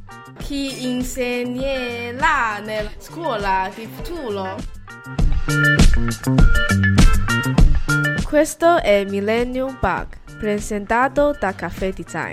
Chi insegnerà nella scuola di futuro? Questo è Millennium Bug, presentato da Caffè Design.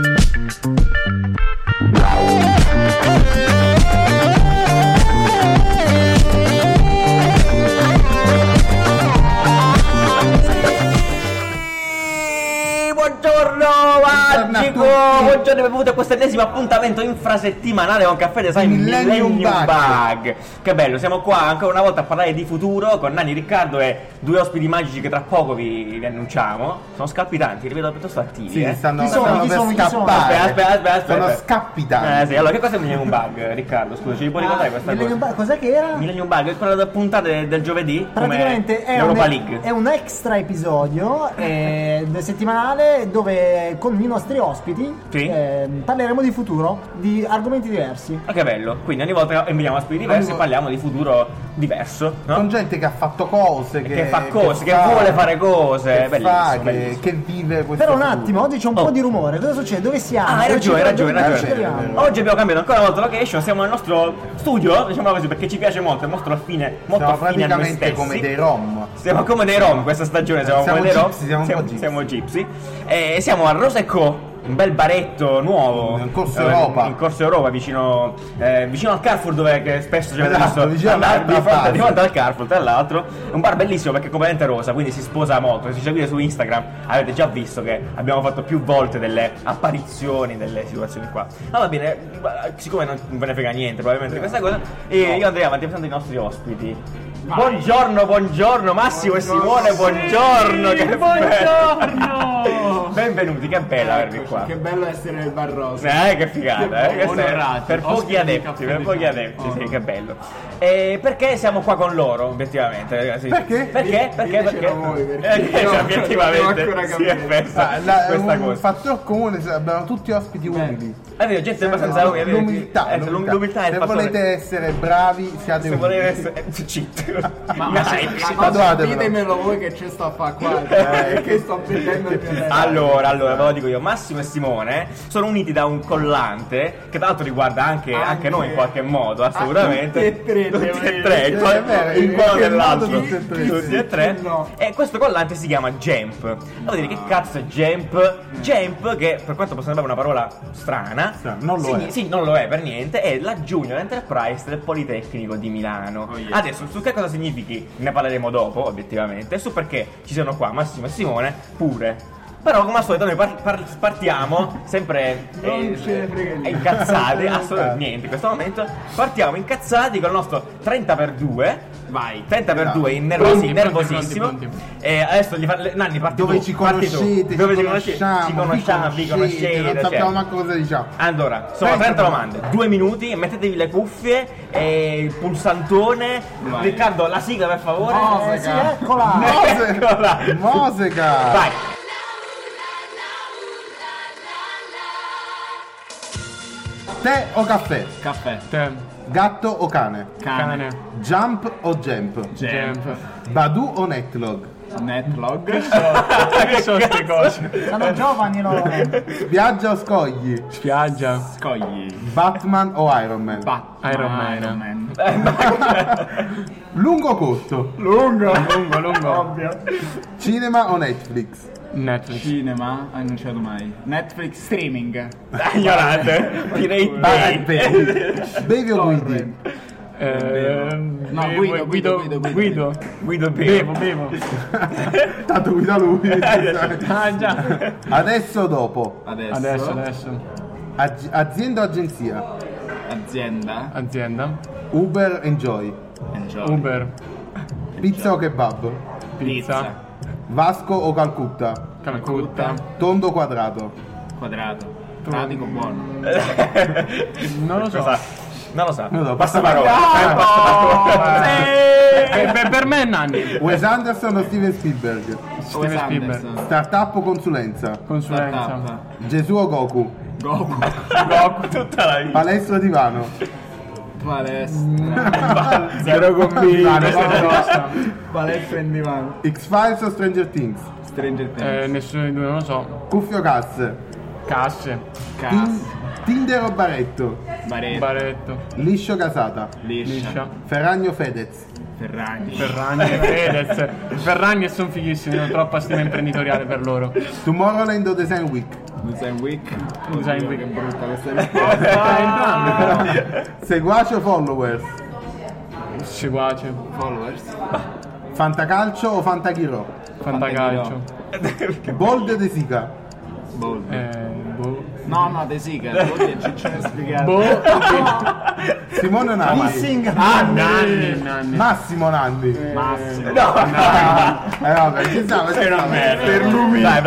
Buongiorno magico, buongiorno e benvenuti a questo ennesimo appuntamento infrasettimanale con Caffè Design Millennium Bug. Che bello, siamo qua ancora una volta a parlare di futuro con Nanni, Riccardo e due ospiti magici che tra poco vi annunciamo. Sono scalpitanti, li vedo piuttosto attivi. Sì, stanno Chi sono? Aspetta. Sono scappitanti. Sì, allora che cosa è Millennium Bug, Riccardo? Scusa, ci puoi ricordare questa Millennium cosa? Bug, cos'è che era? Millennium Bug è quella puntata del giovedì, Praticamente come l'Europa League. è un extra episodio settimanale dove con i nostri ospiti Sì. parleremo di futuro, di argomenti diversi. Ah, che bello, quindi ogni volta invitiamo ospiti diversi e parliamo di futuro diverso, no? Con gente che ha fatto cose, Che fa cose, che vuole fare cose, bellissimo. che vive questo Però un futuro. attimo, oggi c'è un po' di rumore. Cosa succede? Dove siamo? Ah, hai ragione. Ragione. Oggi abbiamo cambiato ancora una volta location, siamo nel nostro studio, diciamo così, perché ci piace molto, è molto affine, molto Siamo affine a noi praticamente stessi. come dei rom. Siamo come dei rom questa stagione, siamo come dei rom. gypsy, siamo un po' gypsy. Siamo gypsy. E siamo a Rosa & Co, un bel baretto nuovo In Corso Europa. in Corso Europa, vicino al Carrefour, dove che spesso ci avete Esatto, visto vicino andare all'altra di fronte al Carrefour. Tra l'altro è un bar bellissimo perché è completamente rosa, quindi si sposa molto. Se ci seguite su Instagram avete già visto che abbiamo fatto più volte delle apparizioni, delle situazioni qua. Ma va bene, siccome non ve ne frega niente probabilmente di questa cosa, io andrei avanti pensando ai nostri ospiti. Buongiorno Massimo e Simone, buongiorno. Che Buongiorno! benvenuti, che bella avervi qua. Che bello essere nel bar rosa. Che figata, Che onorati. per pochi Ospiti di adepti, Caffè Design. sì, che bello. Perché siamo qua con loro, obiettivamente? Sì. Perché? Perché? Ditecelo voi, perché io Obiettivamente devo ancora si è capire. persa È questa un cosa. fattore comune, abbiamo tutti ospiti umili. È vero, gente abbastanza L'umiltà, l'umiltà è il se fattore. volete essere bravi, siate Se umili. volete essere cheat. Ma dovete Ditemelo voi che ci sto a fare qua. Che sto perdendo il mio tempo. Allora, ve lo dico io, Massimo e Simone sono uniti da un collante che tra l'altro riguarda anche noi in qualche modo, assolutamente. tutti e tre, Tutti e devo tre, dire. È vero, il in modo qualche dell'altro. modo tutti e tre. Tutti e tre. No. E questo collante si chiama Jamp. Devo dire, che cazzo è Jamp? Jamp, che per quanto possa sembrare una parola strana, Non lo è. Sì, non lo è per niente, è la Junior Enterprise del Politecnico di Milano. Oh, yes. Adesso, su che cosa significhi ne parleremo dopo, obiettivamente, e su perché ci sono qua Massimo e Simone pure. Però come al solito noi partiamo sempre Non ce ne frega niente. incazzati, assolutamente niente in questo momento. Partiamo incazzati con il nostro 30x2. Vai. 30x2 Pronti, nervosissimo. pronti. E adesso Nanni, parti Dove tu, ci parti tu. conoscete, Dove ci conosciamo, vi conoscete, non sappiamo cioè. manco cosa diciamo. Allora, sono 30 domande, 2 minuti, mettetevi le cuffie e il pulsantone. Vai. Riccardo, la sigla per favore. Sì, eccola. Eccola. Mosica. Vai. Tè o caffè? Caffè. Gatto o cane? Cane. Jump o Jamp? Jamp. Badu o Netlog? Netlog. Che sono queste cose? Sono giovani loro. Spiaggia o scogli? Spiaggia. Scogli. Batman o Iron Man? Iron Man. Lungo o corto? Lungo. Ovvio. Cinema o Netflix? Netflix. Cinema. Annunciato mai. Netflix streaming. Ignorante. Pirate Bay. Bevi o guidi? No, guido. Guido Bevo. Tanto guida lui. Ah già. Adesso o dopo? Adesso. Azienda o agenzia? Azienda. Uber Enjoy. Uber. Pizza o kebab? Pizza. Vasco o Calcutta? Calcutta. Tondo o quadrato? Quadrato. Pratico buono. Non lo so. Non lo sa. No, Passa parola. parola. Per me è Nanni. Wes Anderson o Steven Spielberg? Steven Spielberg. Startup o consulenza? Consulenza. Gesù o Goku? Goku. Tutta la vita. Palestra o divano? Palestra. Zero convinto. Palestra in divano. X-Files o Stranger Things? Stranger Things. Nessuno di due, non lo so. Cuffie o casse? Casse. Tinder o Baretto? Baretto. Liscio Casata? Liscia. Ferragno Fedez? Ferragni. Ferragni e Fedez. Ferragni sono fighissimi, ho troppa stima imprenditoriale per loro. Tomorrowland o Design Week? Design Week. Design Week. Che brutta questa risposta. Entrambi però. Seguace o Followers? Seguace. Followers. Fantacalcio o Fantaghiro? Fantacalcio. Bold o De Sica? Bold. Boh. No, De Sica. Bold è Ciccione spiegato. Boh. Simone Nanni? Missing. Nanni. Massimo Nanni? Massimo. No, Vabbè, ci stava, sei una merda. Per l'umiltà.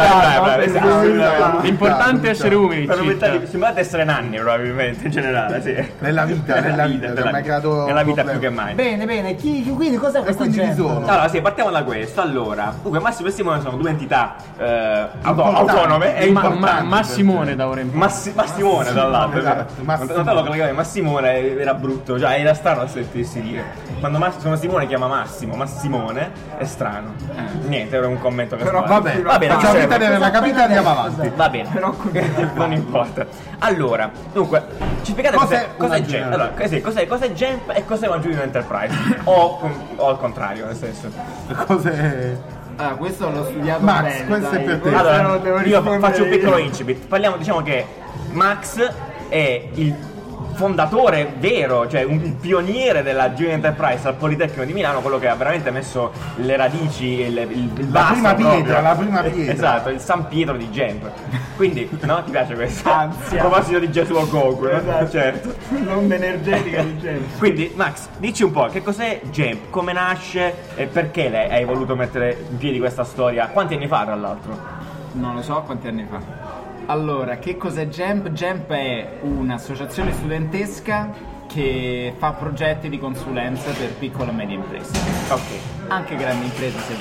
Dai. L'importante è essere umili. Per l'umiltà Ciccia. sembrate essere nanni probabilmente in generale, sì. Nella vita, ormai creato nella vita problema. più che mai. Bene, quindi cos'è questa quindi chi gente? sono? Allora sì, partiamo da questo. Allora, dunque Massimo e Simone sono due entità Importanti. autonome e importanti. Massimone da ora in poi. Massimone dall'altro. Esatto, Massimone. Notavo che la Massimone era brutto, cioè era strano a sentirsi dire. Quando sono Simone chiama Massimone è strano. Niente, era un commento che Però sbaglio. vabbè, va bene, facciamo ci finta di serve. avere la capita e andiamo avanti. Va bene, non importa. Allora, dunque, ci spiegate Cos'è cos'è una Jamp? Junior Allora, sì, cos'è Jamp e cos'è una Junior Enterprise? o al contrario, nel senso. Cos'è? Ah, questo l'ho studiato Max, bene. questo dai. è per te. Questo Allora, non devo io rispondere faccio un piccolo io. incipit. Parliamo, diciamo che Max è il fondatore vero, cioè il pioniere della Junior Enterprise al Politecnico di Milano, quello che ha veramente messo le radici, il La prima basto proprio. pietra, la prima pietra. Esatto, il San Pietro di Jamp. Quindi, no, ti piace questo? Ansia. A proposito di Gesù o Goku, no? Esatto. Certo. L'onda energetica di gente. Quindi, Max, dici un po' che cos'è Jamp, come nasce e perché hai voluto mettere in piedi questa storia? Quanti anni fa, tra l'altro? Non lo so quanti anni fa. Allora, che cos'è Jamp? Jamp è un'associazione studentesca che fa progetti di consulenza per piccole e medie imprese. Ok. Anche grandi imprese se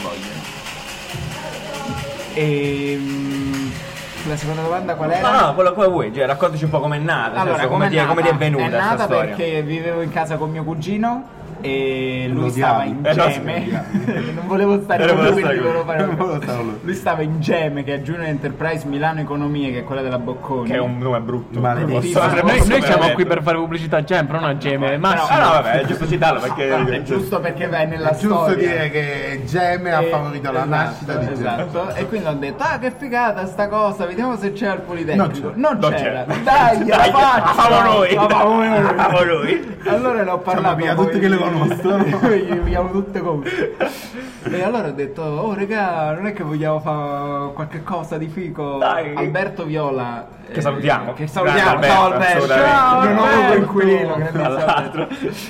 vogliono. La seconda domanda qual era? No, quello che vuoi, cioè, raccontaci un po' com'è nata, Allora, cioè, come ti è venuta È nata questa storia. perché vivevo in casa con mio cugino e lui Lo stava odiavi. in No, gemme. Non volevo stare con lui, quindi volevo fare Non volevo stare con lui. Lui stava in Geme, che è Junior Enterprise Milano Economie, che è quella della Bocconi. Che è un nome brutto. Maledetto. Noi siamo qui per fare pubblicità a Jamp, non a Geme. Massimo. Ah no, vabbè, è giusto citarlo perché È giusto perché vai nella È giusto storia. dire che Geme ha favorito la nascita di Geme. Esatto. E quindi ho detto, ah che figata sta cosa, vediamo se c'è al Politecnico. Non Non c'era. c'era. Dai, la faccio. Famo noi. La famo noi. Famo noi. Allora ne ho parlato via con tutti che le conoscono. Gli chiamo tutte cose. E allora ho detto, oh regà, non è che vogliamo fare qualche cosa di fico. Dai. Alberto Viola, Che salutiamo. che salutiamo. Grande Ciao Alberto, Alberto, assolutamente. il nuovo Alberto. coinquilino che ne Tra l'altro.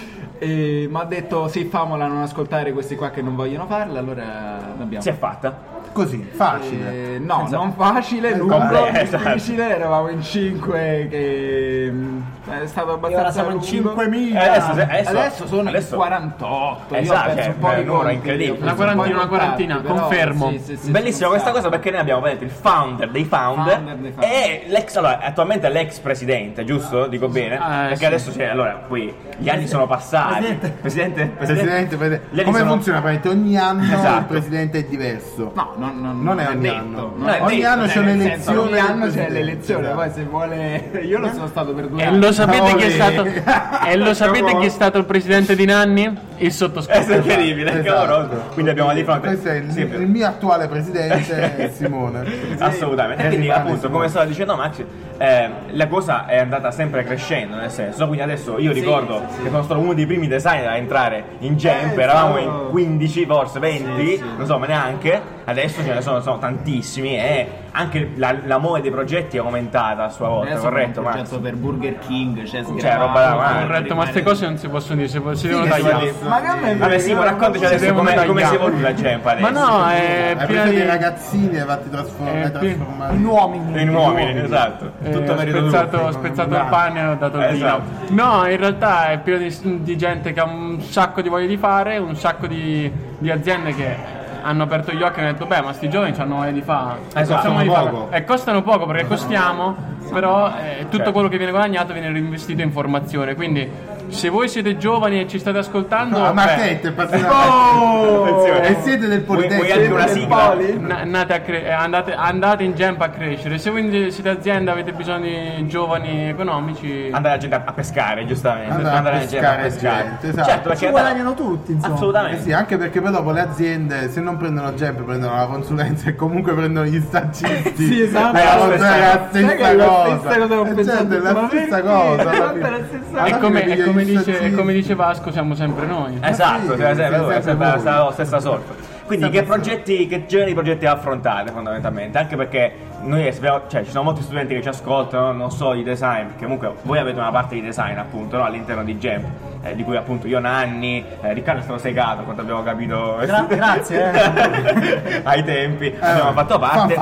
e mi ha detto sì, famola, non ascoltare questi qua che non vogliono farla, allora l'abbiamo Si è fatta. Così, facile. no, Senza- non facile, lungo, Esatto. difficile, eravamo in 5 che è stato abbastanza E ora siamo in lungo. 5.000. Adesso sono in 48. Io ho Esatto, perso cioè, un po' di un numero conti, incredibile. ho perso Una un po' di quarantina, contatti, però confermo. sì, Bellissima sono questa stato. cosa perché noi abbiamo vedete il founder dei founder, Founder dei founder. e l'ex, allora attualmente è l'ex presidente, giusto? Dico bene? Perché sì. adesso c'è, allora qui gli anni sono passati. Presidente. Presidente, Gli anni come sono- funziona? Perché ogni anno Esatto. il presidente è diverso. No, Non è ogni detto, anno. non è Ogni detto, anno c'è nel senso, un'elezione ogni anno del c'è presidente, l'elezione, esatto. poi se vuole io lo sono stato per 2 E anni. lo sapete chi è Cavoli. stato? E lo sapete chi è stato il presidente di Nanni? Il sottoscritto. È incredibile, Esatto. clamoroso. Quindi abbiamo di fronte. Questo è il, Sì, il mio attuale presidente, è Simone. assolutamente. E quindi rimane appunto, Simone. come stava dicendo Max, la cosa è andata sempre crescendo, nel senso, quindi adesso io ricordo che sono stato uno dei primi designer a entrare in Jamp, eravamo in 15, forse 20, non so, ma neanche, adesso ce ne sono tantissimi e anche la mole dei progetti è aumentata a sua volta, Adesso corretto un Max? progetto per Burger King, c'è roba da avanti. Corretto, ma queste cose non si possono dire, si devono che si tagliare. può dire. Ma che a me Vabbè Simo, raccontaci Si adesso devono come si è tagliare. evoluta Jamp adesso. Ma no, è Hai piena preso di... dei ragazzini e fatti trasformare In uomini. In uomini, esatto. Tutto ho merito spezzato, tuo. spezzato il pane e ho dato il vino. Esatto. No, in realtà è pieno di gente che ha un sacco di voglia di fare, un sacco di aziende che hanno aperto gli occhi e hanno detto beh, ma sti giovani hanno voglia di fare. costano Facciamo di fare. poco. E costano poco perché costiamo, però tutto quello che viene guadagnato viene reinvestito in formazione, quindi se voi siete giovani e ci state ascoltando, No, ma beh, che è appassionato? E siete del Vuoi Politecnico? anche una sigla? andate in Jump a crescere. Se voi siete azienda e avete bisogno di giovani economici, Andare la gente a pescare, giustamente. Andare a la gente pescare gente, esatto. Certo, perché Ci guadagnano tutti, insomma. assolutamente. Sì, anche perché poi dopo le aziende, se non prendono Jump, prendono la consulenza e comunque prendono gli staggisti. Sì, esatto. È la Sai stessa che è la cosa. stessa cosa che ho pensato, Certo, è ma la stessa perché? cosa. alla È fine. la stessa Alla e fine come, pigli e come gli dice, staggisti. e come dice Vasco, siamo sempre noi. Esatto, sì, è sempre sempre voi. la stessa sorta. Quindi che progetti, che genere di progetti affrontate fondamentalmente? Anche perché noi sappiamo, cioè ci sono molti studenti che ci ascoltano, non solo di design, perché comunque voi avete una parte di design appunto, no? All'interno di Jump, di cui appunto io Nanni, Riccardo è stato segato quanto abbiamo capito Grazie. ai tempi, abbiamo fatto parte.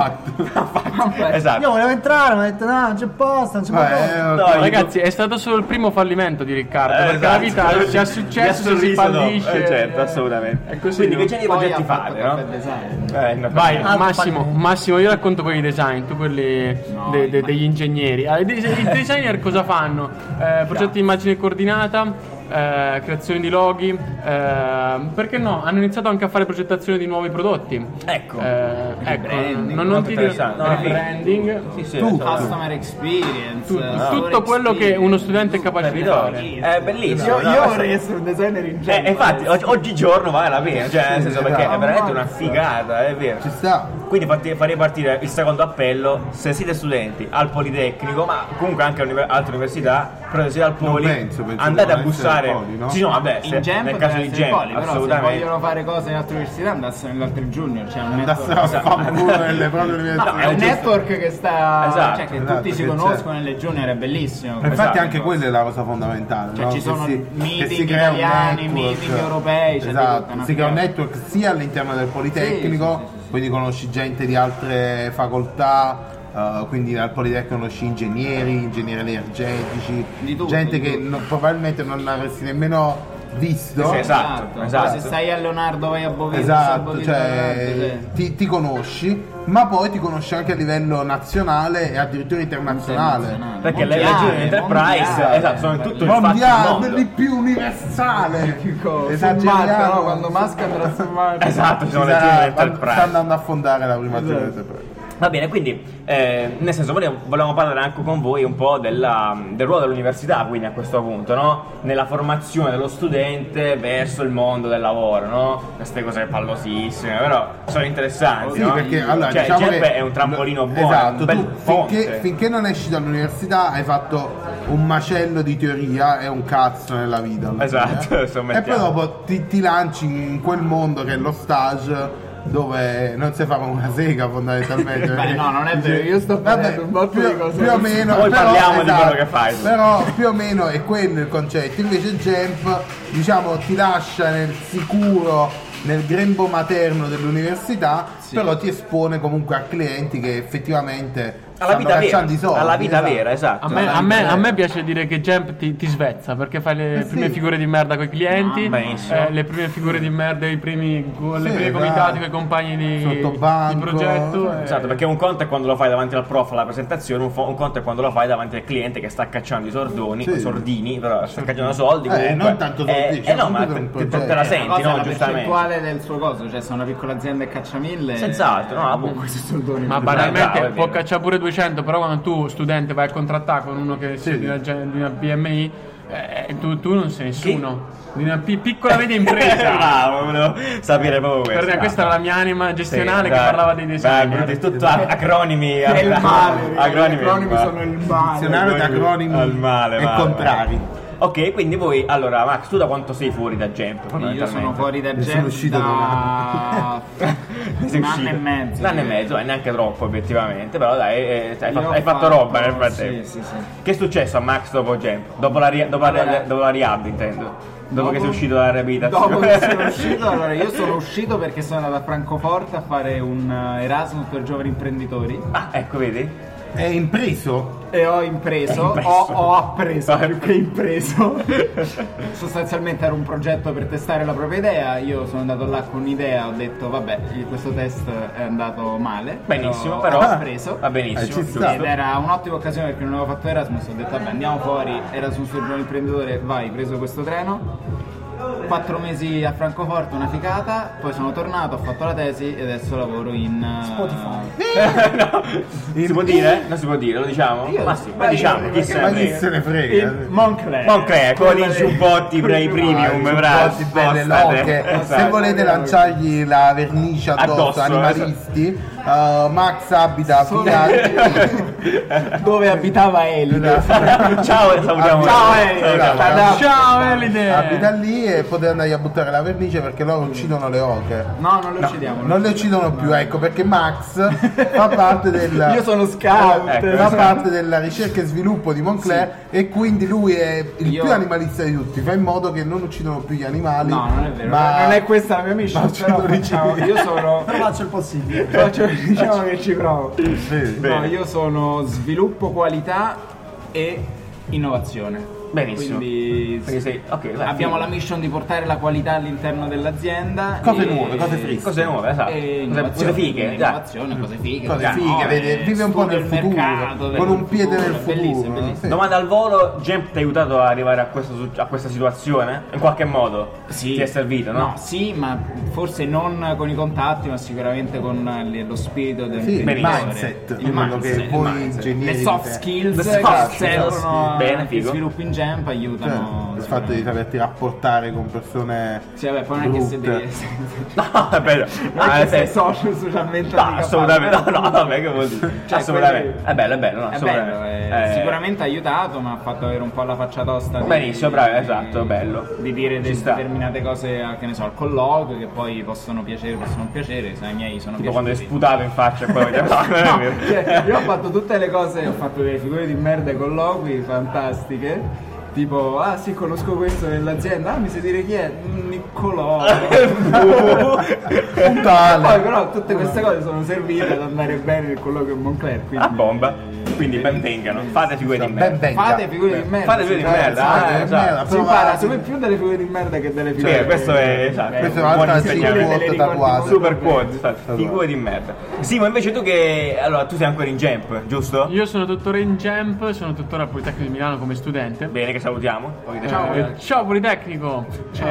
Esatto. Io volevo entrare, ma ho detto no, non c'è posto, non c'è posto. No, Ragazzi, è stato solo il primo fallimento di Riccardo, perché esatto. la vita ci ha successo, si fallisce. certo, assolutamente. È così, Quindi no? che genere di Poi progetti ha fatto fate, no? caffè design. Vai, Altro Massimo, fallimento. Massimo, io racconto quelli di design, tu quelli degli ingegneri. I designer cosa fanno? Progetti di immagine coordinata, creazione di loghi, perché no? Hanno iniziato anche a fare progettazione di nuovi prodotti. Ecco. Ecco, Branding, non ti dico interessante. No, branding, Sì, sì, Tutto. esatto. Customer experience. tutto quello che uno studente è capace di Capito? fare. È bellissimo. Io, no? io vorrei essere un designer in genere. Infatti, oggigiorno vale la pena, cioè nel senso perché è esatto. veramente una figata, è vero. Ci sta. Quindi farei partire il secondo appello: se siete studenti al Politecnico, ma comunque anche a altre università, però se siete al Poli, penso andate a devono bussare. essere al Poli, no? Sì, no, vabbè, In Jump nel caso deve di essere Jump, Poli, però se assolutamente. vogliono fare cose in altre università andassero nell'altro junior, c'è un Andassero network. a fanculo nelle proprie università. È un network che sta, Esatto, cioè che esatto, tutti si che conoscono c'è. nelle junior, è bellissimo. Infatti Esatto. anche quella è la cosa fondamentale, Cioè, no? ci Che sono che meeting si crea un italiani, network. meeting europei, cioè, esatto, tutta una si crea un figata. network sia all'interno del Politecnico, Sì, quindi conosci gente di altre facoltà, quindi al Politecnico conosci ingegneri energetici, Di tutto, gente di che tutto. probabilmente non avresti nemmeno visto. Sì, esatto. Se stai a Leonardo vai a Bovino, Esatto, cioè ti conosci, ma poi ti conosci anche a livello nazionale e addirittura internazionale. Perché le Mondiale, regioni Enterprise, mondiale, esatto, sono in tutto il Mondiale, mondo. di più universale. Esageriamo, no? Quando Musk andrà su Marte. Esatto, ci Ci sono le regioni sarà- Enterprise. sta andando a fondare la prima azienda Enterprise. Va bene, quindi nel senso volevamo parlare anche con voi un po' del ruolo dell'università, quindi a questo punto, no? Nella formazione dello studente verso il mondo del lavoro, no? Queste cose pallosissime, però sono interessanti, Sì, no? perché allora cioè, diciamo il Jump che è un trampolino buono, esatto, un bel tu ponte. finché non esci dall'università hai fatto un macello di teoria e un cazzo nella vita alla Esatto, fine. insomma, E poi mettiamo. dopo ti lanci in quel mondo che è lo stage, dove non si fa con una sega fondamentalmente. Beh, perché- no, non è vero, io sto Vabbè, parlando un botto di cose. più o meno. Poi però, parliamo di esatto, quello che fai. Però più o meno è quello il concetto. Invece Jump, diciamo, ti lascia nel sicuro, nel grembo materno dell'università, però ti espone comunque a clienti che effettivamente Alla vita stanno vera, cacciando i soldi. alla vita esatto. vera, esatto. A me piace dire che Jump ti svezza, perché fai le prime sì. figure di merda con i clienti, benissimo. le prime figure di merda, le prime esatto. comitati con i compagni di Sottobanco. progetto. Esatto, perché un conto è quando lo fai davanti al prof alla presentazione, un conto è quando lo fai davanti al cliente che sta cacciando i sordoni, Sì. sordini, però sta cacciando soldi. Non tanto soldi, cioè, no, ma comunque un te progetto. la senti, Cosa è no? la Giustamente. percentuale del suo coso, cioè se una piccola azienda è cacciamille. Senz'altro, no, appunto. Questi soldoni. Ma bravo, banalmente è può vero. cacciare pure 200, però quando tu studente vai a contrattare con uno che sia di una BMI, tu non sei nessuno. Di una piccola media impresa. Bravo, volevo sapere proprio questo. Per me questa era la mia anima gestionale che dai. parlava dei design. Dai, tutto acronimi. È il male, Acronimi, acronimi sono il male. Dizionario di acronimi al male, e male, contrari. male. Ok, quindi voi, allora Max, tu da quanto sei fuori da Jump? Io sono fuori da Ne sono Jump uscito da Sei un anno uscito. e mezzo. Un anno e mezzo, neanche troppo obiettivamente, però dai, Io hai ho fatto roba nel frattempo. Sì. Che è successo a Max dopo Jump? Dopo la rehab, intendo. Dopo che sei uscito dalla riabilitazione. Dopo che sono uscito, allora io sono uscito perché sono andato a Francoforte a fare un Erasmus per giovani imprenditori. Ah, ecco, vedi? È impreso? e ho impreso, ho appreso più che impreso. Sostanzialmente era un progetto per testare la propria idea. Io sono andato là con un'idea, ho detto vabbè, questo test è andato male, Benissimo, però ho appreso. va benissimo. ci sta. Ed era un'ottima occasione perché non avevo fatto Erasmus, ho detto vabbè andiamo fuori, era sul suo giorno imprenditore, vai, preso questo treno. 4 mesi a Francoforte, una ficata, poi sono tornato, ho fatto la tesi e adesso lavoro in Spotify. No, si può dire? Non si può dire, lo diciamo? Ma sì, ma diciamo, chi se Ma ne chi frega. se ne frega? in Moncler. Moncler, con i giubbotti premium, bravo. Tutti belle Spostate. loche. Se Esatto. volete lanciargli la vernice addosso, Addosso, animalisti, Max abita via Dove abitava Elide. Ciao e salutiamo. Ciao, Elide. Esatto. Ciao Elide! abita lì e potete andare a buttare la vernice perché loro uccidono le oche. No, non lo uccidiamo. Non le uccidono più, ecco, perché Max fa parte del Io sono scout. Ecco. fa parte della ricerca e sviluppo di Moncler e quindi lui è il Io- più animalista di tutti, fa in modo che non uccidano più gli animali. No, non è vero. ma Non è questa la mia mission. ma Però uccidono i facciamo, civili. io sono. Però faccio il possibile. Diciamo che ci provo. Sì. No, io sono sviluppo, qualità e innovazione. Benissimo. Quindi Perché sei, ok, vai, abbiamo figo. la mission di portare la qualità all'interno dell'azienda. Cose e- nuove, cose fresche. Cose nuove, esatto. e Cose fighe, dai. innovazione, cose fighe. Cose cose fighe, nuove, vede, vive un po' studio nel il futuro, mercato, con un piede nel è bellissimo, futuro. bellissimo. Sì. Domanda al volo, Gemp ti ha aiutato ad arrivare a questa situazione? In qualche modo? Sì. Ti è servito, no? No, sì, ma forse non con i contatti, ma sicuramente con lo spirito del Sì, il Benissimo. mindset, Il quello mindset, che il voi mindset. ingegneri le soft dite. skills Le che soft servono skills. Bene, che figo. sviluppo in Gemp aiutano. Cioè, il fatto di saperti rapportare con persone Sì, vabbè, poi non è che se brutte. devi No, è bello. non è Ah, che sei sì. socio socialmente No, handicapato. assolutamente. No, vabbè, che vuol dire? Cioè, Assolutamente. quelli- È bello, no? È assolutamente. bello, sicuramente ha aiutato, ma ha fatto avere un po' la faccia tosta di- Benissimo, bravo, esatto, bello. di dire Ci sta. determinate cose che ne so, al colloquio che poi possono piacere, possono non piacere, sai, i miei sono Tipo quando hai piaciuti. sputato in faccia e poi no, non è No, vero. cioè, io ho fatto tutte le cose, ho fatto delle figure di merda ai colloqui fantastiche. Tipo, ah sì, conosco questo nell'azienda, ah mi sai dire chi è? Niccolò. Puttana. Poi però tutte queste cose sono servite ad andare bene nel colloquio in Moncler. Quindi A bomba. Quindi ben vengano. Fate figure di Ben merda. venga. fate figure di merda. Fate figure di si impara, merda, si esatto. merda, si però impara va- secondo me più delle figure di merda che delle figure Sì, questo è esatto. Questo è un buon un'altra insegnamento. quote tatuata. Super quote, infatti. Figure di merda. Simo, invece tu che. Allora, tu sei ancora in Gemp, giusto? Io sono tuttora in Gemp, sono tuttora al Politecnico di Milano come studente. Bene, che salutiamo. Ciao Politecnico!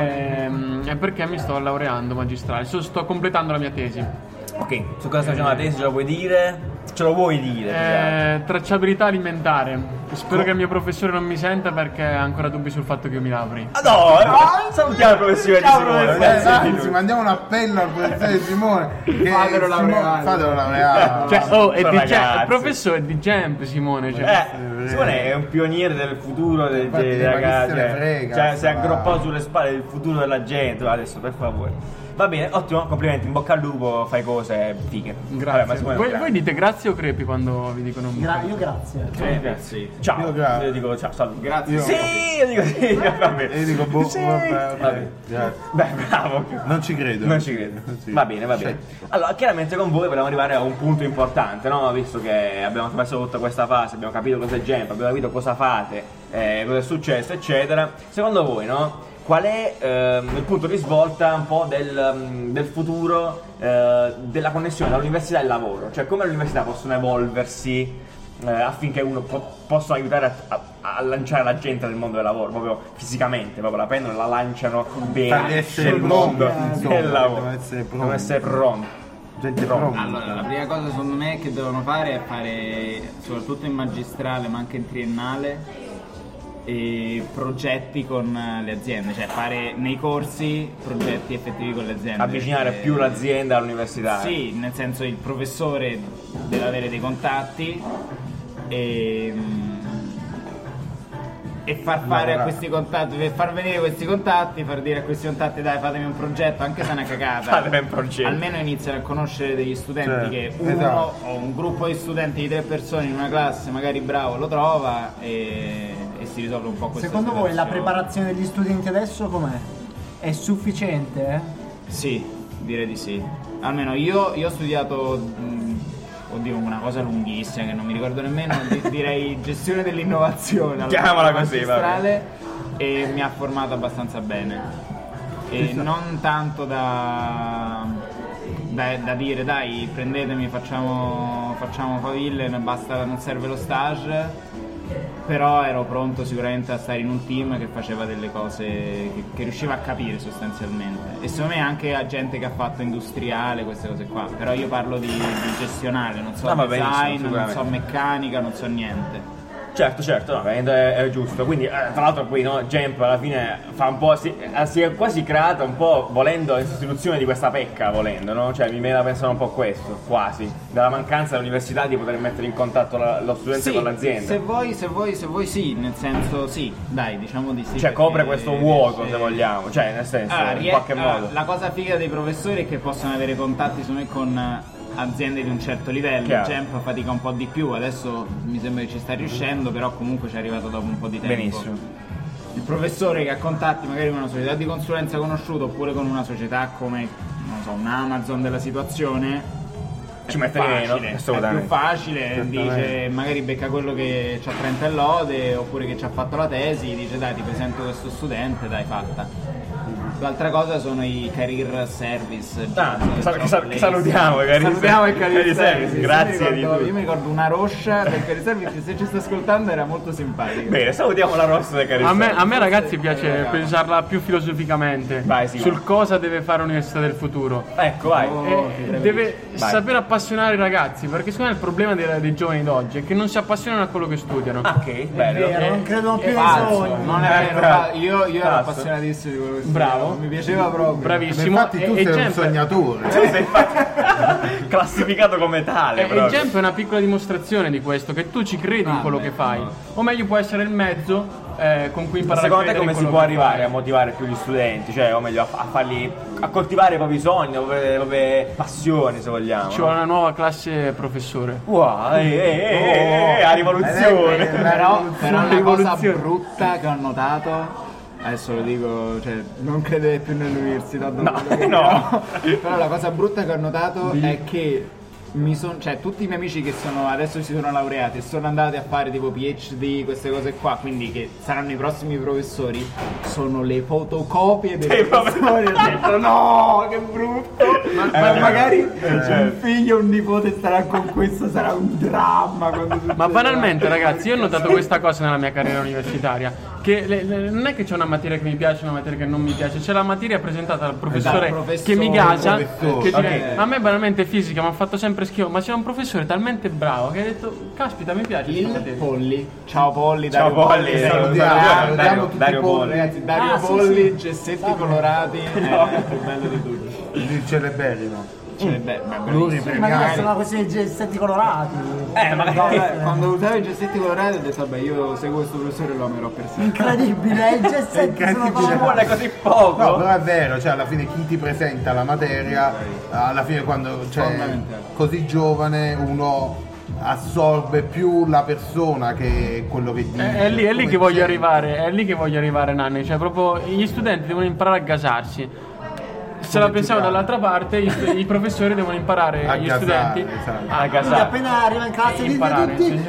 È perché mi sto laureando magistrale, sto completando la mia tesi. Ok, su cosa sta facendo la tesi, ce lo puoi dire? Ce lo vuoi dire? Tracciabilità alimentare. Spero che il mio professore non mi senta perché ha ancora dubbi sul fatto che io mi lauri. Ah no, salutiamo il professore di Simone. Anzi, mandiamo un appello al professore Simone. Che Fatelo laureare. Fatelo laureare. Cioè, oh, è Ragazzi. il professore è di Gemp, Simone. Cioè. Simone è un pioniere del futuro dei Infatti, dei ma chi ragazzi. se ne frega, Cioè, si è sta- aggrappato sulle spalle il futuro della gente. Adesso, per favore. Va bene, ottimo, complimenti, in bocca al lupo, fai cose fighe. Vabbè, ma Simone, Voi dite grazie o crepi quando vi dicono un Io grazie. Grazie. ciao. Io grazie. Io dico ciao, salve. Grazie. Sì, io dico sì, vabbè. E io dico, boh, Sì. vabbè, Vabbè. grazie. Beh, bravo. Non ci credo. Non ci credo. Sì. Va bene, va bene. Allora, chiaramente con voi vogliamo arrivare a un punto importante, no? Visto che abbiamo attraversato tutta questa fase, abbiamo capito cosa è Gemp, abbiamo capito cosa fate, cosa è successo, eccetera. Secondo voi, no? Qual è il punto di svolta un po' del futuro della connessione tra l'università e il lavoro? Cioè, come le università possono evolversi affinché uno possa aiutare a lanciare la gente nel mondo del lavoro, proprio fisicamente, proprio la prendono e la lanciano bene Farli essere nel mondo pronti, insomma, del lavoro. devono essere pronti. Devono essere pronti. Gente pronta. Allora, la prima cosa secondo me che devono fare è fare, soprattutto in magistrale ma anche in triennale, progetti con le aziende, cioè fare nei corsi progetti effettivi con le aziende. Avvicinare più l'azienda all'università. Sì, nel senso il professore deve avere dei contatti e far fare a questi contatti, far venire questi contatti, far dire a questi contatti dai fatemi un progetto, anche se è una cagata. Fatemi un progetto. Almeno iniziano a conoscere degli studenti Certo, che uno esatto. o un gruppo di studenti di 3 persone in una classe magari bravo lo trova e si risolve un po' questa Secondo voi la situazione. preparazione degli studenti adesso com'è? È sufficiente? Sì, direi di sì. Almeno io ho studiato oddio, una cosa lunghissima che non mi ricordo nemmeno, direi gestione dell'innovazione. Chiamala così, magistrale, e mi ha formato abbastanza bene. E non tanto da dire dai, prendetemi, facciamo faville, basta, non serve lo stage. Però ero pronto sicuramente a stare in un team che faceva delle cose che riusciva a capire sostanzialmente, e secondo me anche a gente che ha fatto industriale, queste cose qua. Però io parlo di gestionale, non so design, non so meccanica, non so niente. Certo, no, è giusto. Quindi, tra l'altro, poi no, Jump alla fine fa un po'. Si è quasi creata un po', volendo, in sostituzione di questa pecca, volendo, no? Cioè, mi viene da pensare un po' questo, quasi. Dalla mancanza all'università di poter mettere in contatto lo studente con l'azienda. Se vuoi sì, nel senso sì, dai, diciamo di sì. Cioè, copre questo vuoto, se vogliamo. Cioè, nel senso, in qualche modo. La cosa figa dei professori è che possono avere contatti su me con aziende di un certo livello. Jump fatica un po' di più, adesso mi sembra che ci sta riuscendo, però comunque ci è arrivato dopo un po' di tempo. Benissimo. Il professore che ha contatti magari con una società di consulenza conosciuta oppure con una società come, non so, un Amazon della situazione, ci mette meno, assolutamente. È più facile, dice, magari becca quello che c'ha 30 e lode, oppure che ci ha fatto la tesi, dice dai, ti presento questo studente, dai, fatta. L'altra cosa sono i career service. Che salutiamo, salutiamo il career service. Grazie io mi ricordo una Roscia del career service, se ci sta ascoltando era molto simpatica. Bene, salutiamo la Roscia del career service. A me ragazzi piace pensarla più filosoficamente. Vai, sì, sul cosa deve fare l'università del futuro. Ecco, vai. Deve sapere appassionare i ragazzi, perché secondo me il problema dei giovani d'oggi è che non si appassionano a quello che studiano. Ok, bello. Non credono più nei sogni. Non è vero, io ero appassionatissimo di quello che Bravo. mi piaceva proprio. Bravissimo. Infatti tu sei un sognatore. Classificato come tale. E Jump è una piccola dimostrazione di questo, che tu ci credi in quello che fai. O meglio, può essere il mezzo con cui imparare secondo a te credere come in si quello può che arrivare fai. a motivare più gli studenti? Cioè, o meglio, a farli, a coltivare i propri sogni, le proprie passioni, se vogliamo. Ci vuole una nuova classe professore. Wow, la rivoluzione. Però una cosa brutta che ho notato, adesso lo dico, cioè non credete più nell'università, no. Però la cosa brutta che ho notato è che cioè tutti i miei amici che adesso si sono laureati e sono andati a fare tipo PhD, queste cose qua, quindi che saranno i prossimi professori, sono le fotocopie dei professori. Ho detto no, che brutto. Ma magari un figlio o un nipote starà con questo, sarà un dramma Ma banalmente ragazzi, io ho notato questa cosa nella mia carriera universitaria, che non è che c'è una materia che mi piace e una materia che non mi piace, c'è la materia presentata dal professore che mi gasa, che dice, a me banalmente fisica mi ha fatto sempre schifo, ma c'è un professore talmente bravo che ha detto caspita, mi piace il Polli. Ciao Polli, Dario Polli. Dario Polli. Ragazzi, Dario Polli, gessetti colorati, è il più bello di tutti. Il celeberrimo. Ma sono questi gessetti colorati. Quando usavo i gessetti colorati ho detto vabbè, io seguo questo professore e lo amerò per sempre. Incredibile, i gessetti sono Ci vuole così poco. No, però è vero, cioè alla fine chi ti presenta la materia, alla fine quando così giovane uno assorbe più la persona che quello che dice. È lì che voglio arrivare, Nanni, cioè proprio gli studenti devono imparare a gasarsi. Se la pensiamo dall'altra parte, i professori devono imparare a gli gasare, studenti a gasare. Appena arriva in classe imparare, tutti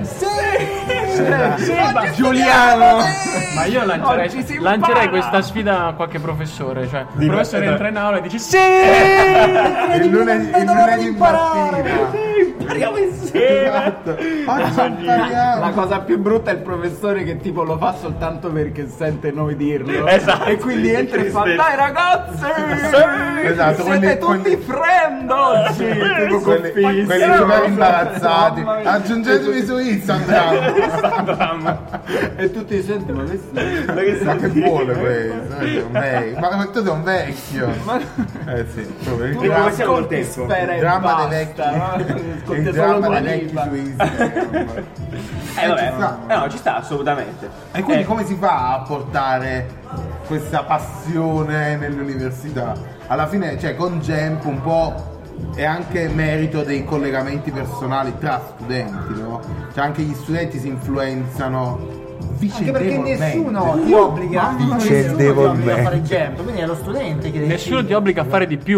sì, Giuliano! Ma io lancerei questa sfida a qualche professore, cioè il professore entra in aula e dice sì! Il lunedì mattina. Impariamo insieme. La cosa più brutta è il professore che tipo lo fa soltanto perché sente noi dirlo. Esatto. E quindi entra e fa dai ragazzi! Esatto, siete tutti friend oggi! Tipo quelli super imbarazzati. Aggiungetemi su Instagram. E tutti ti senti, ma questo Ma che vuole questo? Ma tu sei un vecchio. Sì. Come siamo col tempo? Il dramma dei vecchi. Il dramma dei vecchi su Instagram. No, ci sta assolutamente. E quindi come si fa a portare questa passione nell'università? Alla fine, cioè, con Jump un po' è anche merito dei collegamenti personali tra studenti, no? Cioè anche gli studenti si influenzano anche perché nessuno ti obbliga a fare Jump, quindi è lo studente che nessuno ti obbliga a fare di più.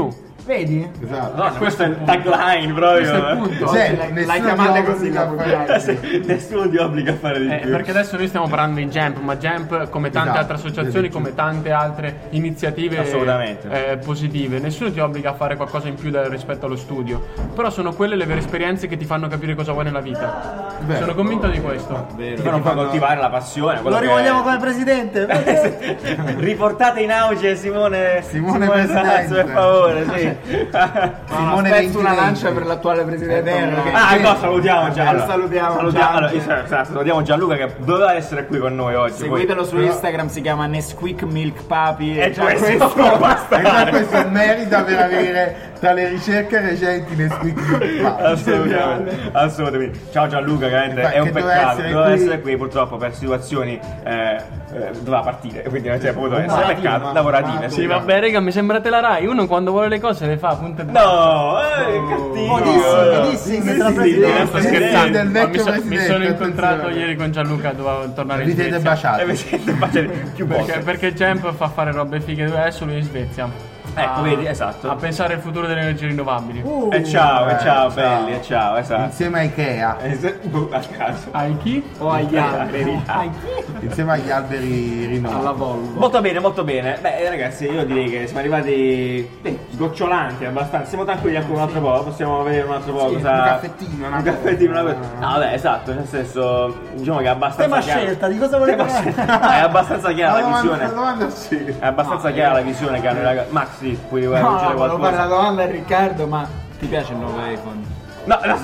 Vedi? Esatto. No, questo è il tagline proprio. Questo è il punto. Cioè, L'hai nessuno chiamata ti così obbliga la a fare- pubblicità. Nessuno ti obbliga a fare di più. Perché adesso noi stiamo parlando di Jump, ma Jump, come tante Esatto, altre associazioni, come tante altre iniziative Assolutamente. positive, nessuno ti obbliga a fare qualcosa in più rispetto allo studio. Però sono quelle le vere esperienze che ti fanno capire cosa vuoi nella vita. Vero. Sono convinto di questo. Ti fanno coltivare la passione. quello Lo che- rivogliamo come presidente. Riportate in auge Simone Presidente. Sazzo, per favore, sì. Simone Spezzo una 2020. lancia per l'attuale presidente. È vero, che- Ah, no, salutiamo già. Lo salutiamo. Allora, salutiamo Gianluca che doveva essere qui con noi oggi. Seguitelo su Instagram, si chiama Nesquik Milk Papi. E già questo basta. E già questo merita per avere tra le ricerche recenti Nesquik. Assolutamente. Ciao Gianluca, veramente Infatti, è un che doveva peccato. essere Doveva qui. essere qui purtroppo per situazioni doveva partire, quindi non c'è potuto essere. Lavorative, Peccato, lavorative. Sì, vabbè, raga, mi sembrate la Rai. Uno quando vuole le cose le fa, punto e No, cattivo. Modissimi, tra Sì, presidente. Sto Sì, scherzando. del Ma vecchio mi presidente, sono incontrato attenzione. ieri con Gianluca, dovevo tornare in Vi siete Svezia. baciati. Vi siete baciati più volte. Perché Jump fa fare robe fighe, adesso lui è in Svezia. Ecco, vedi, esatto. A pensare al futuro delle energie rinnovabili. E ciao, belli, e ciao, esatto. Insieme a Ikea, A caso. Hai chi? O agli alberi. insieme agli alberi Alla rinnovabili. Volvo. Molto bene, molto bene. Beh, ragazzi, io direi che siamo arrivati sgocciolanti abbastanza. Siamo tranquilli anche un altro po'. Possiamo vedere un altro po' Sì, cosa. un caffettino, una Un caffettino, una cosa. No, vabbè, esatto. Nel senso, diciamo che è abbastanza. Tema chiaro. scelta, di cosa volete Tema parlare? scelta. È abbastanza chiara la La visione. domanda sì. È abbastanza chiara la visione che hanno i ragazzi. Max, sì, puoi aggiungere No, volevo fare la qualcosa? domanda a Riccardo, ma ti piace il nuovo iPhone? No, la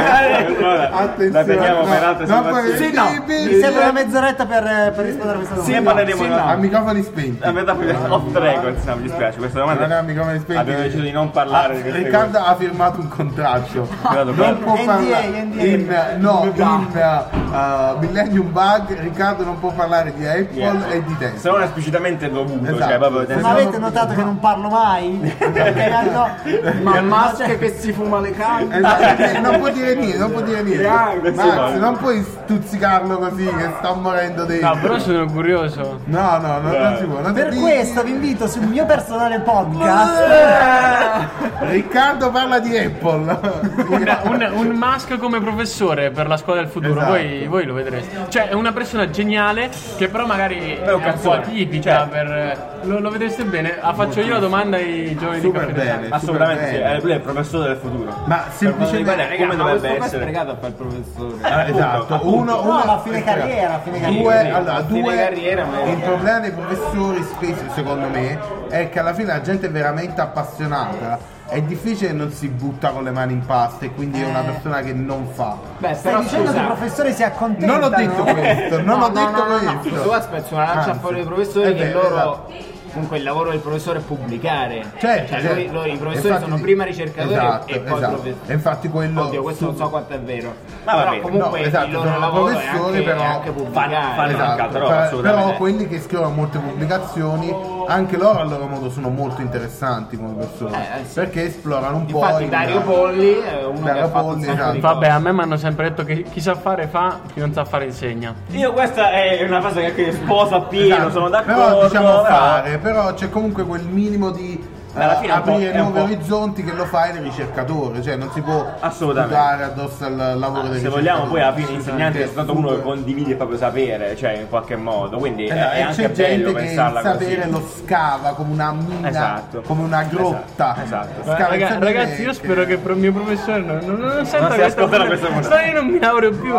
la teniamo per altre situazioni. Sì, no. Mi serve una mezz'oretta per rispondere a questa domanda. Ne parleremo A microfoni spenti. a metà off the record, no, mi dispiace, questa domanda Non è a microfoni spenti. abbiamo deciso di non parlare di queste Riccardo ha firmato un contratto. Credo Non può NDA, parlare in Millennium Bug. Riccardo non può parlare di Apple e di se Tesla. non esplicitamente dovuto, Esatto. cioè proprio Non avete notato che non parlo mai? Perché Ma Musk che si fuma le canne. Esatto, non può dire niente, non può dire niente. Neanche, Max, sì, non puoi stuzzicarlo così che sta morendo dentro. No, però sono curioso. No, non si può. Non Per si- questo vi invito sul mio personale podcast. Riccardo parla di Apple. Un Musk come professore per la scuola del futuro, Esatto. voi lo vedreste. Cioè, è una persona geniale che però magari è un un po' cazzone. atipica Cioè. lo vedreste bene. Faccio io la domanda ai giovani Super di Caffè bene. Design. assolutamente sì, bene. lui è il professore del futuro. Ma semplicemente come Ma dovrebbe questo qua è essere? sprecato a fare il professore. esatto, uno No, ma a fine carriera, a fine carriera. Due, allora, a fine due, carriera, ma- il problema dei professori spesso, secondo me, è che alla fine la gente è veramente appassionata. È difficile che non si butta con le mani in pasta e quindi è una persona che non fa. Beh, Stai però dicendo che i scusa. professori si accontentano? Non ho detto questo, non ho detto questo. Tu aspetta una lancia a Anzi, fuori dei professori è che vero, loro esatto. comunque il lavoro del professore è pubblicare. Certo, Cioè, certo. loro, i professori Infatti, sono prima ricercatori esatto, e poi esatto. professori. E infatti quello Oddio, questo non so quanto è vero. Ma va però bene. comunque No, esatto, il loro sono lavoro è professori, anche, però è anche pubblicare. fanno anche altra roba, Esatto, assolutamente. però quelli che scrivono molte pubblicazioni, anche loro a loro modo sono molto interessanti come persone, sì. perché esplorano un po'. Infatti Dario Polli è uno che Dario ha fatto un Polli, sacco esatto. di Vabbè, a me mi hanno sempre detto che chi sa fare fa, chi non sa fare insegna. Io questa è una cosa che anche sposo appieno, Esatto. sono d'accordo. Però diciamo però- fare, però c'è comunque quel minimo di Alla fine è un po'- aprire è un nuovi po'. orizzonti che lo fa il ricercatore, cioè non si può Assolutamente. dare addosso al lavoro del Se ricercatore. vogliamo poi alla fine l'insegnante è Che stato uno che comunque- condivide il proprio sapere, cioè in qualche modo, quindi Esatto, è e anche c'è bello gente che il pensarla sapere così. lo scava come una mina, Esatto. come una grotta. Esatto. Scava il sapere Ragazzi, io spero che il mio professore non senta si ascolterà questa puntata. puntata. Io non mi laureo più,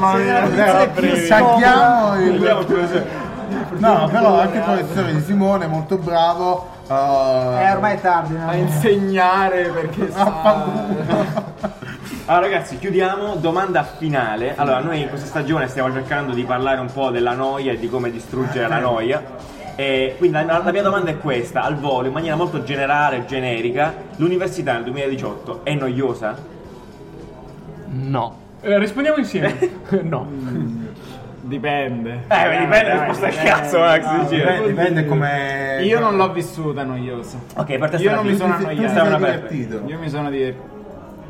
Sacchiamo il Vogliamo il professore. No, però anche il professore di Simone è molto bravo. Ormai è tardi, no? a insegnare perché sa... Allora ragazzi, chiudiamo, domanda finale. Allora, noi in questa stagione stiamo cercando di parlare un po' della noia e di come distruggere la noia. E quindi la mia domanda è questa, al volo, in maniera molto generale, generica: l'università nel 2018 è noiosa? No. Rispondiamo insieme. No. Dipende. Dipende, risposta al cazzo, Max. Dipende come. Io non l'ho vissuta noiosa. Ok, per te Io non mi sono Tu ti annoiato. sei una divertito. Io mi sono divertito.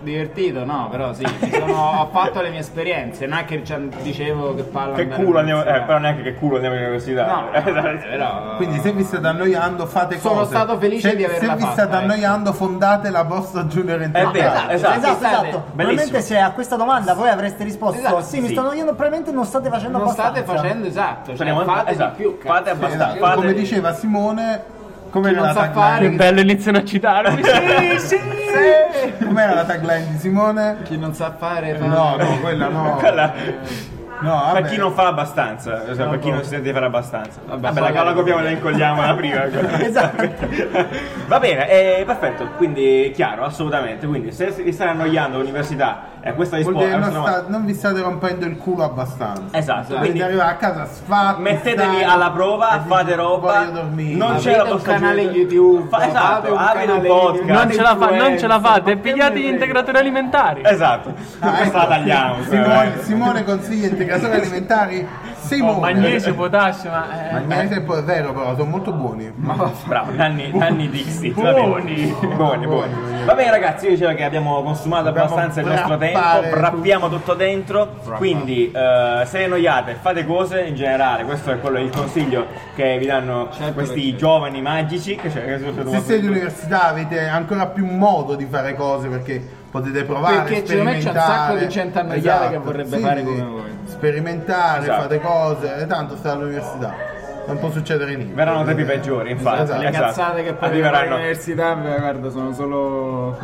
divertito, no, però sì, ho fatto le mie esperienze, non è che dicevo che palle Che andare culo andiamo, all'università. però neanche che culo andiamo all'università. No, però Quindi se vi state annoiando fate cose. Sono stato felice di averla Se vi fatta, state ecco. annoiando fondate la vostra junior È entrata. vero, esatto. Esatto. Probabilmente se a questa domanda voi avreste risposto Esatto, sì, mi sì. sto annoiando, probabilmente non state facendo non abbastanza. state facendo esatto, cioè Esatto. fate Esatto. di più, cazzo. Fate abbastanza. Esatto. Fate- Come diceva Simone, com'era non la sa tagline? fare- Che bello, iniziano a citarmi. Sì. Com'era la tagline di Simone? Chi non sa fare fa... No, quella no. Quella- No, vabbè. Per chi non fa abbastanza, cioè, per chi non si sente di fare abbastanza. Vabbè, poi- la copiamo e la incolliamo la prima. Esatto. Va bene, perfetto, quindi chiaro, assolutamente. Quindi se vi state annoiando all'università, questa Vuol risposta. dire non vi state rompendo il culo abbastanza. Esatto, Quindi quindi arrivare a casa sfatti. mettetevi stai, alla prova, e dici, fate roba. Voglio dormire. Non Aprite c'è la un vostra canale gente. YouTube, fate Esatto, un aprite un canale podcast. YouTube. Non ce la fa, non ce la fate, Ma che pigliate me gli frega? integratori alimentari. Esatto, questa la tagliamo. Simone consiglia integratori alimentari. Simone. Magnesio, potassio, ma Magnesio è poi vero, però sono molto buoni. Bravo, Nanni Dixit. Buoni. Buoni. Va bene ragazzi, io dicevo che abbiamo consumato Dobbiamo abbastanza il nostro tempo, wrappare wrappiamo tutto dentro, quindi se vi annoiate fate cose in generale, questo è il consiglio che vi danno questi giovani magici. Se siete all'università avete ancora più modo di fare cose perché potete provare, Perché secondo me c'è un sacco di gente annoiata che vorrebbe fare sì. come voi. Sperimentare, Esatto. fate cose, e tanto state all'università. Non può succedere niente. Verranno tempi peggiori, infatti. Esatto. Le cazzate che poi fare arriveranno all'università, guarda, sono solo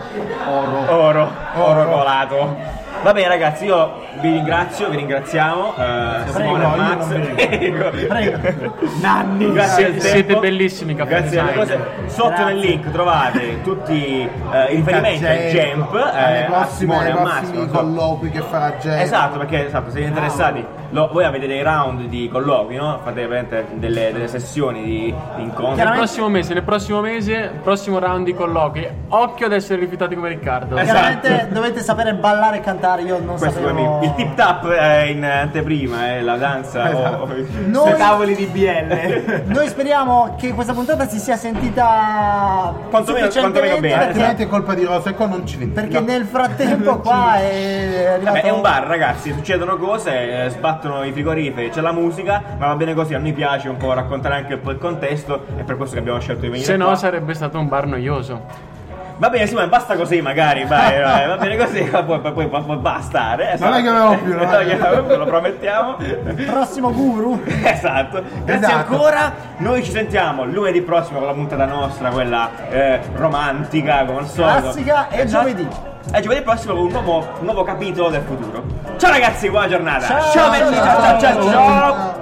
oro. oro colato. Va bene ragazzi, io vi ringraziamo Simone io e Max. non vi Prego. Nanni, grazie al siete tempo. bellissimi, Caffè Grazie alle Design. cose. Sotto nel link trovate tutti i riferimenti al Jamp, a Simone e a Max. prossimi non so. colloqui che farà Jamp. Esatto, perché se siete interessati, voi avete dei round di colloqui, no? Fate veramente delle sessioni di incontri. Nel prossimo mese, prossimo round di colloqui. Occhio ad essere rifiutati come Riccardo. Chiaramente dovete sapere ballare e cantare, io non Questo sapevo. il tip tap è in anteprima, la danza. Noi- tavoli di BL. Noi speriamo che questa puntata si sia sentita Quantomeno sufficientemente bene. Altrimenti è colpa di Rosa e qua non ci vede. perché nel frattempo qua è arrivato. Vabbè, è un bar, ragazzi, succedono cose, sbattono i frigoriferi, c'è la musica, ma va bene così, a noi piace un po' raccontare anche un po' il contesto, è per questo che abbiamo scelto di venire Se no qua. sarebbe stato un bar noioso. Va bene Simone, basta così magari, vai, va bene così, poi basta. Non è che avevo più, no? Ve lo promettiamo. Prossimo guru. Esatto, grazie Esatto. ancora. Noi ci sentiamo lunedì prossimo con la puntata nostra, quella romantica come al solito. Classica e Esatto. giovedì. E giovedì prossimo con un nuovo capitolo del futuro. Ciao ragazzi, buona giornata. Ciao. belli, ciao.